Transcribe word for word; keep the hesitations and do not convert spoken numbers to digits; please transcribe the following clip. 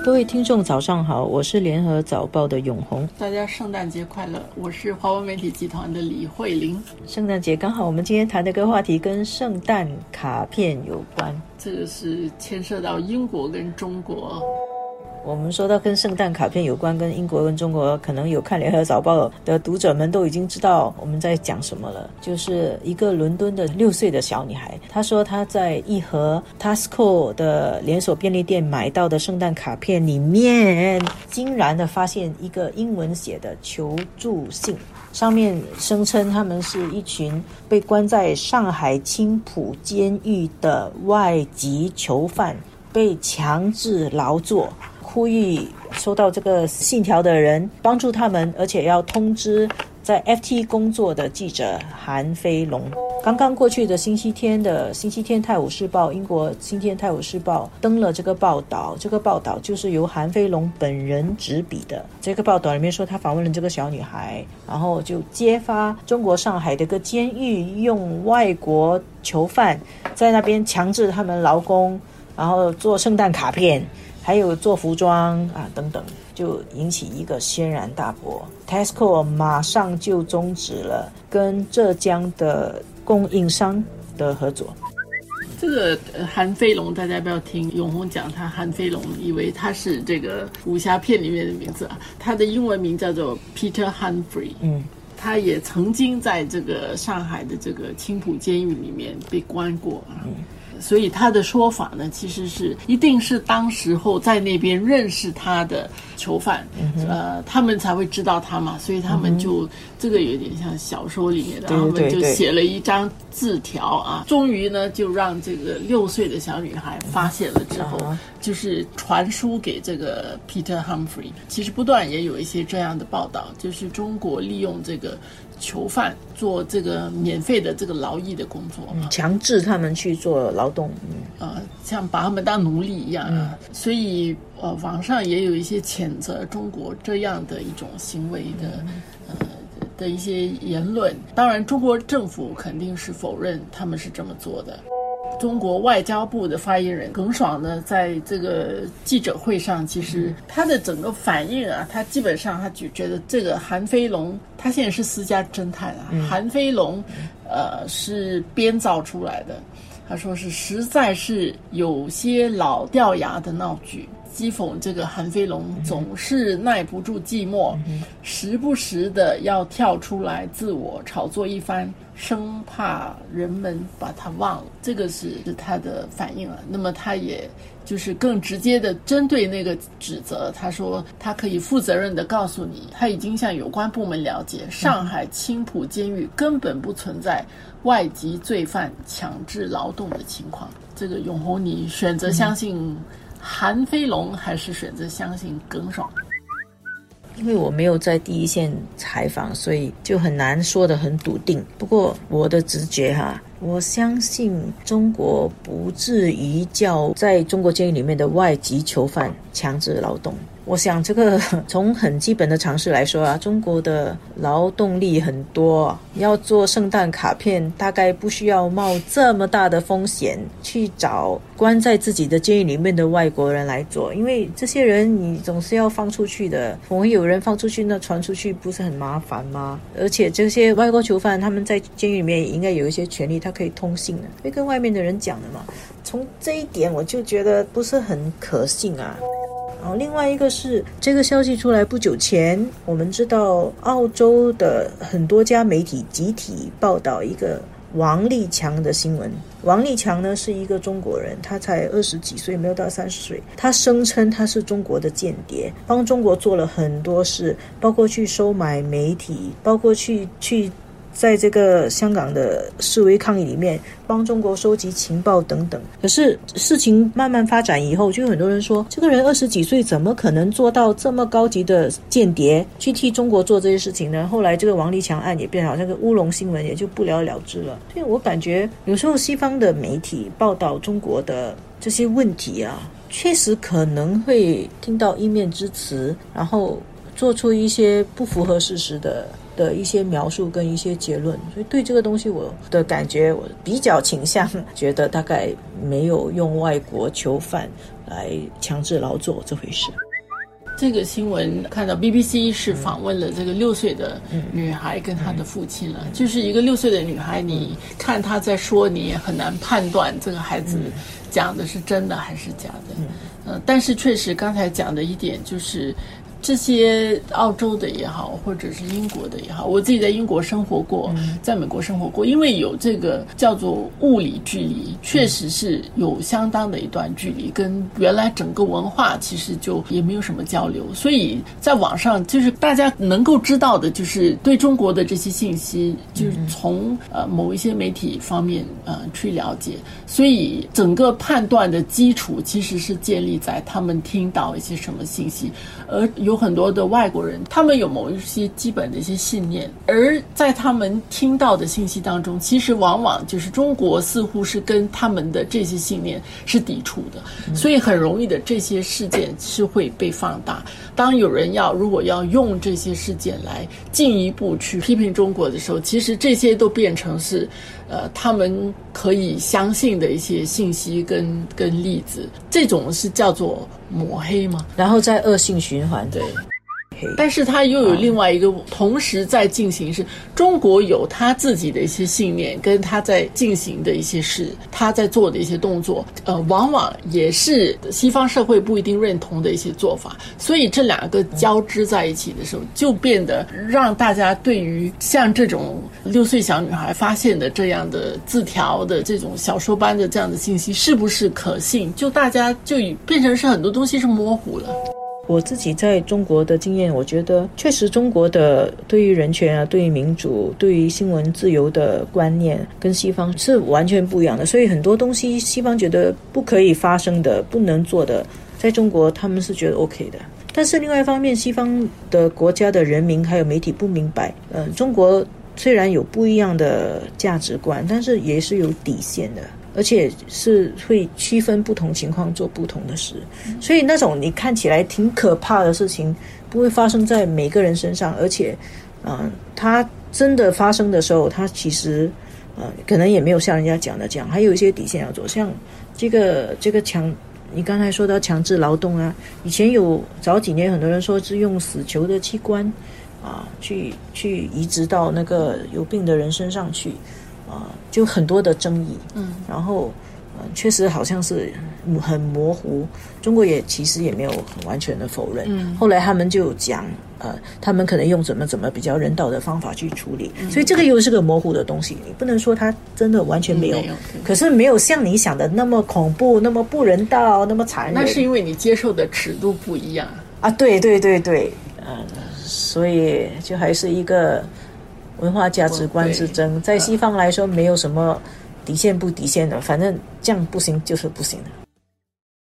各位听众早上好，我是联合早报的永红。 大家圣诞节快乐，我是华文媒体集团的李慧玲。 圣诞节刚好我们今天谈的一个话题跟圣诞卡片有关， 这个是牵涉到英国跟中国。 我们说到跟圣诞卡片有关，跟英国跟中国，可能有看联合早报的读者们都已经知道我们在讲什么了。就是一个伦敦的六岁的小女孩，她说她在一盒 Tesco 的连锁便利店买到的圣诞卡片里面，竟然的发现一个英文写的求助信，上面声称他们是一群被关在上海青浦监狱的外籍囚犯，被强制劳作，呼吁收到这个信条的人帮助他们，而且要通知在 F T 工作的记者韩飞龙。刚刚过去的星期天的星期天泰晤士报，英国星期天泰晤士报登了这个报道，这个报道就是由韩飞龙本人执笔的。这个报道里面说他访问了这个小女孩，然后就揭发中国上海的一个监狱用外国囚犯在那边强制他们劳工，然后做圣诞卡片，还有做服装啊等等，就引起一个轩然大波。 Tesco 马上就终止了跟浙江的供应商的合作。 这个韩飞龙大家不要听永红讲他韩飞龙以为他是这个武侠片里面的名字啊，他的英文名叫做 Peter Humphrey。嗯，他也曾经在这个上海的这个青浦监狱里面被关过啊。嗯，所以他的说法呢，其实是一定是当时候在那边认识他的囚犯，嗯、呃，他们才会知道他嘛，所以他们就、嗯、这个有点像小说里面的，他们就写了一张字条啊，终于呢就让这个六岁的小女孩发现了之后，嗯、就是传输给这个 Peter Humphrey。其实不断也有一些这样的报道，就是中国利用这个囚犯做这个免费的这个劳役的工作， 嗯、强制他们去做劳动，嗯、 呃，像把他们当奴隶一样啊。嗯、所以呃，网上也有一些谴责中国这样的一种行为的，嗯、呃的一些言论。当然，中国政府肯定是否认他们是这么做的。中国外交部的发言人耿爽呢，在这个记者会上，其实他的整个反应啊，他基本上他就觉得这个韩飞龙，他现在是私家侦探啊，嗯、韩飞龙，呃，是编造出来的。他说是实在是有些老掉牙的闹剧，讥讽这个韩飞龙总是耐不住寂寞，嗯、时不时的要跳出来自我炒作一番，生怕人们把他忘了。这个是他的反应了。那么他也就是更直接的针对那个指责，他说他可以负责任的告诉你，他已经向有关部门了解，上海青浦监狱根本不存在外籍罪犯强制劳动的情况。这个永红，你选择相信韩飞龙还是选择相信耿爽？ 因为我没有在第一线采访，所以就很难说得很笃定。不过我的直觉哈，我相信中国不至于叫在中国监狱里面的外籍囚犯强制劳动。我想这个从很基本的常识来说啊，中国的劳动力很多，要做圣诞卡片大概不需要冒这么大的风险去找关在自己的监狱里面的外国人来做，因为这些人你总是要放出去的，总会有人放出去，那传出去不是很麻烦吗？而且这些外国囚犯他们在监狱里面也应该有一些权利，他可以通信的，会跟外面的人讲的嘛。从这一点我就觉得不是很可信啊。然后另外一个是这个消息出来不久前，我们知道澳洲的很多家媒体集体报道一个王立强的新闻。王立强呢是一个中国人，他才二十几岁，没有到三十岁。他声称他是中国的间谍，帮中国做了很多事，包括去收买媒体，包括去去在这个香港的示威抗议里面帮中国收集情报等等。可是事情慢慢发展以后，就有很多人说这个人二十几岁怎么可能做到这么高级的间谍，去替中国做这些事情呢？后来这个王立强案也变好像个乌龙新闻，也就不了了之了。所以我感觉有时候西方的媒体报道中国的这些问题啊，确实可能会听到一面之词，然后做出一些不符合事实的的一些描述跟一些结论，所以对这个东西我的感觉，我比较倾向觉得大概没有用外国囚犯来强制劳作这回事。 这个新闻看到 B B C 是访问了这个六岁的女孩跟她的父亲了，就是一个六岁的女孩，你看她在说，你也很难判断这个孩子讲的是真的还是假的。呃，但是确实刚才讲的一点就是，这些澳洲的也好，或者是英国的也好，我自己在英国生活过，在美国生活过，因为有这个叫做物理距离，确实是有相当的一段距离，跟原来整个文化其实就也没有什么交流，所以在网上就是大家能够知道的，就是对中国的这些信息，就是从呃某一些媒体方面呃去了解，所以整个判断的基础其实是建立在他们听到一些什么信息，而有很多的外国人，他们有某一些基本的一些信念，而在他们听到的信息当中，其实往往就是中国似乎是跟他们的这些信念是抵触的，所以很容易的这些事件是会被放大。当有人要如果要用这些事件来进一步去批评中国的时候，其实这些都变成是呃他们可以相信的一些信息跟跟例子，这种是叫做抹黑吗？ 然后再恶性循环。对， 但是它又有另外一个同时在进行，是中国有他自己的一些信念，跟他在进行的一些事，他在做的一些动作，呃，往往也是西方社会不一定认同的一些做法，所以这两个交织在一起的时候，就变得让大家对于像这种六岁小女孩发现的这样的字条的这种小说般的这样的信息是不是可信，就大家就变成是很多东西是模糊了。 我自己在中国的经验，我觉得确实中国的对于人权啊、对于民主、对于新闻自由的观念跟西方是完全不一样的，所以很多东西西方觉得不可以发生的、不能做的，在中国他们是觉得 OK 的。但是另外一方面，西方的国家的人民还有媒体不明白，呃，中国虽然有不一样的价值观，但是也是有底线的。而且是会区分不同情况做不同的事，所以那种你看起来挺可怕的事情不会发生在每个人身上，而且呃，它真的发生的时候，它其实呃可能也没有像人家讲的这样，还有一些底线要做，像这个这个强你刚才说到强制劳动啊，以前有早几年很多人说是用死囚的器官啊去去移植到那个有病的人身上去啊，就很多的争议，嗯，然后呃，确实好像是很模糊。中国也其实也没有很完全的否认，嗯，后来他们就讲，呃，他们可能用怎么怎么比较人道的方法去处理，嗯，所以这个又是个模糊的东西，你不能说它真的完全没有，嗯，没有，可是没有像你想的那么恐怖、那么不人道、那么残忍。 那是因为你接受的尺度不一样啊！对对对对，嗯，所以就还是一个文化价值观之争，在西方来说没有什么底线不底线的，反正这样不行就是不行的。